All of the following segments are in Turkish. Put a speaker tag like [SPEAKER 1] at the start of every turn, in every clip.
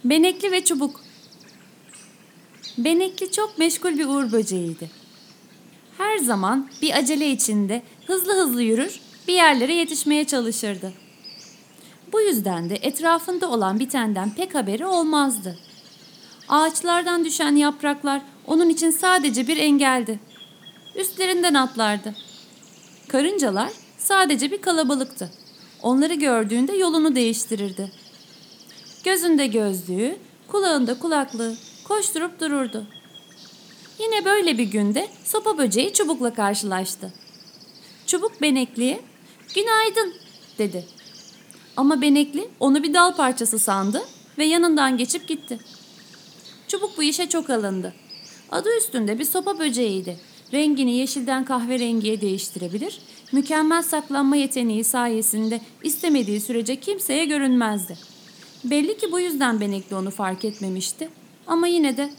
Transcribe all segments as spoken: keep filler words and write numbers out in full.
[SPEAKER 1] Benekli ve Çubuk. Benekli çok meşgul bir uğur böceğiydi. Her zaman bir acele içinde hızlı hızlı yürür, bir yerlere yetişmeye çalışırdı. Bu yüzden de etrafında olan bitenden pek haberi olmazdı. Ağaçlardan düşen yapraklar onun için sadece bir engeldi. Üstlerinden atlardı. Karıncalar sadece bir kalabalıktı. Onları gördüğünde yolunu değiştirirdi. Gözünde gözlüğü, kulağında kulaklığı, koşturup dururdu. Yine böyle bir günde sopa böceği Çubuk'la karşılaştı. Çubuk Benekli'ye "Günaydın" dedi. Ama Benekli onu bir dal parçası sandı ve yanından geçip gitti. Çubuk bu işe çok alındı. Adı üstünde bir sopa böceğiydi. Rengini yeşilden kahverengiye değiştirebilir, mükemmel saklanma yeteneği sayesinde istemediği sürece kimseye görünmezdi. Belli ki bu yüzden Benekli onu fark etmemişti ama yine de.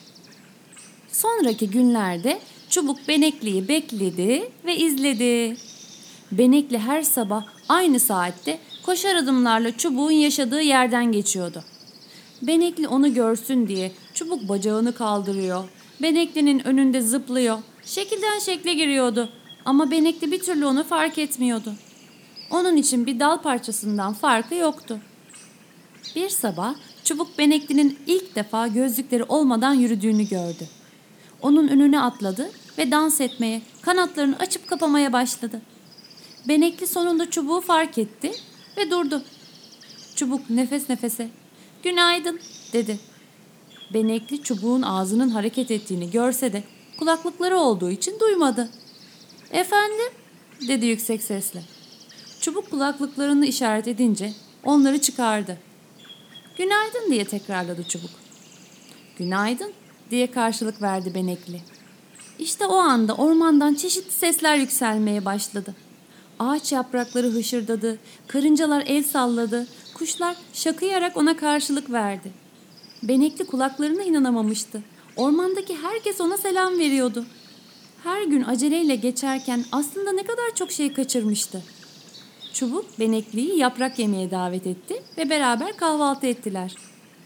[SPEAKER 1] Sonraki günlerde Çubuk Benekli'yi bekledi ve izledi. Benekli her sabah aynı saatte koşar adımlarla Çubuk'un yaşadığı yerden geçiyordu. Benekli onu görsün diye Çubuk bacağını kaldırıyor. Benekli'nin önünde zıplıyor. Şekilden şekle giriyordu. Ama Benekli bir türlü onu fark etmiyordu. Onun için bir dal parçasından farkı yoktu. Bir sabah Çubuk Benekli'nin ilk defa gözlükleri olmadan yürüdüğünü gördü. Onun önüne atladı ve dans etmeye, kanatlarını açıp kapamaya başladı. Benekli sonunda Çubuk'u fark etti ve durdu. Çubuk nefes nefese "Günaydın" dedi. Benekli Çubuk'un ağzının hareket ettiğini görse de kulaklıkları olduğu için duymadı. "Efendim?" dedi yüksek sesle. Çubuk kulaklıklarını işaret edince onları çıkardı. "Günaydın" diye tekrarladı Çubuk. "Günaydın" diye karşılık verdi Benekli. İşte o anda ormandan çeşitli sesler yükselmeye başladı. Ağaç yaprakları hışırdadı, karıncalar el salladı, kuşlar şakıyarak ona karşılık verdi. Benekli kulaklarına inanamamıştı. Ormandaki herkes ona selam veriyordu. Her gün aceleyle geçerken aslında ne kadar çok şey kaçırmıştı. Çubuk Benekli'yi yaprak yemeye davet etti ve beraber kahvaltı ettiler.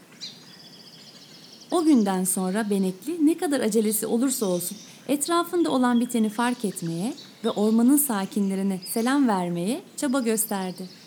[SPEAKER 1] O günden sonra Benekli ne kadar acelesi olursa olsun etrafında olan biteni fark etmeye ve ormanın sakinlerine selam vermeye çaba gösterdi.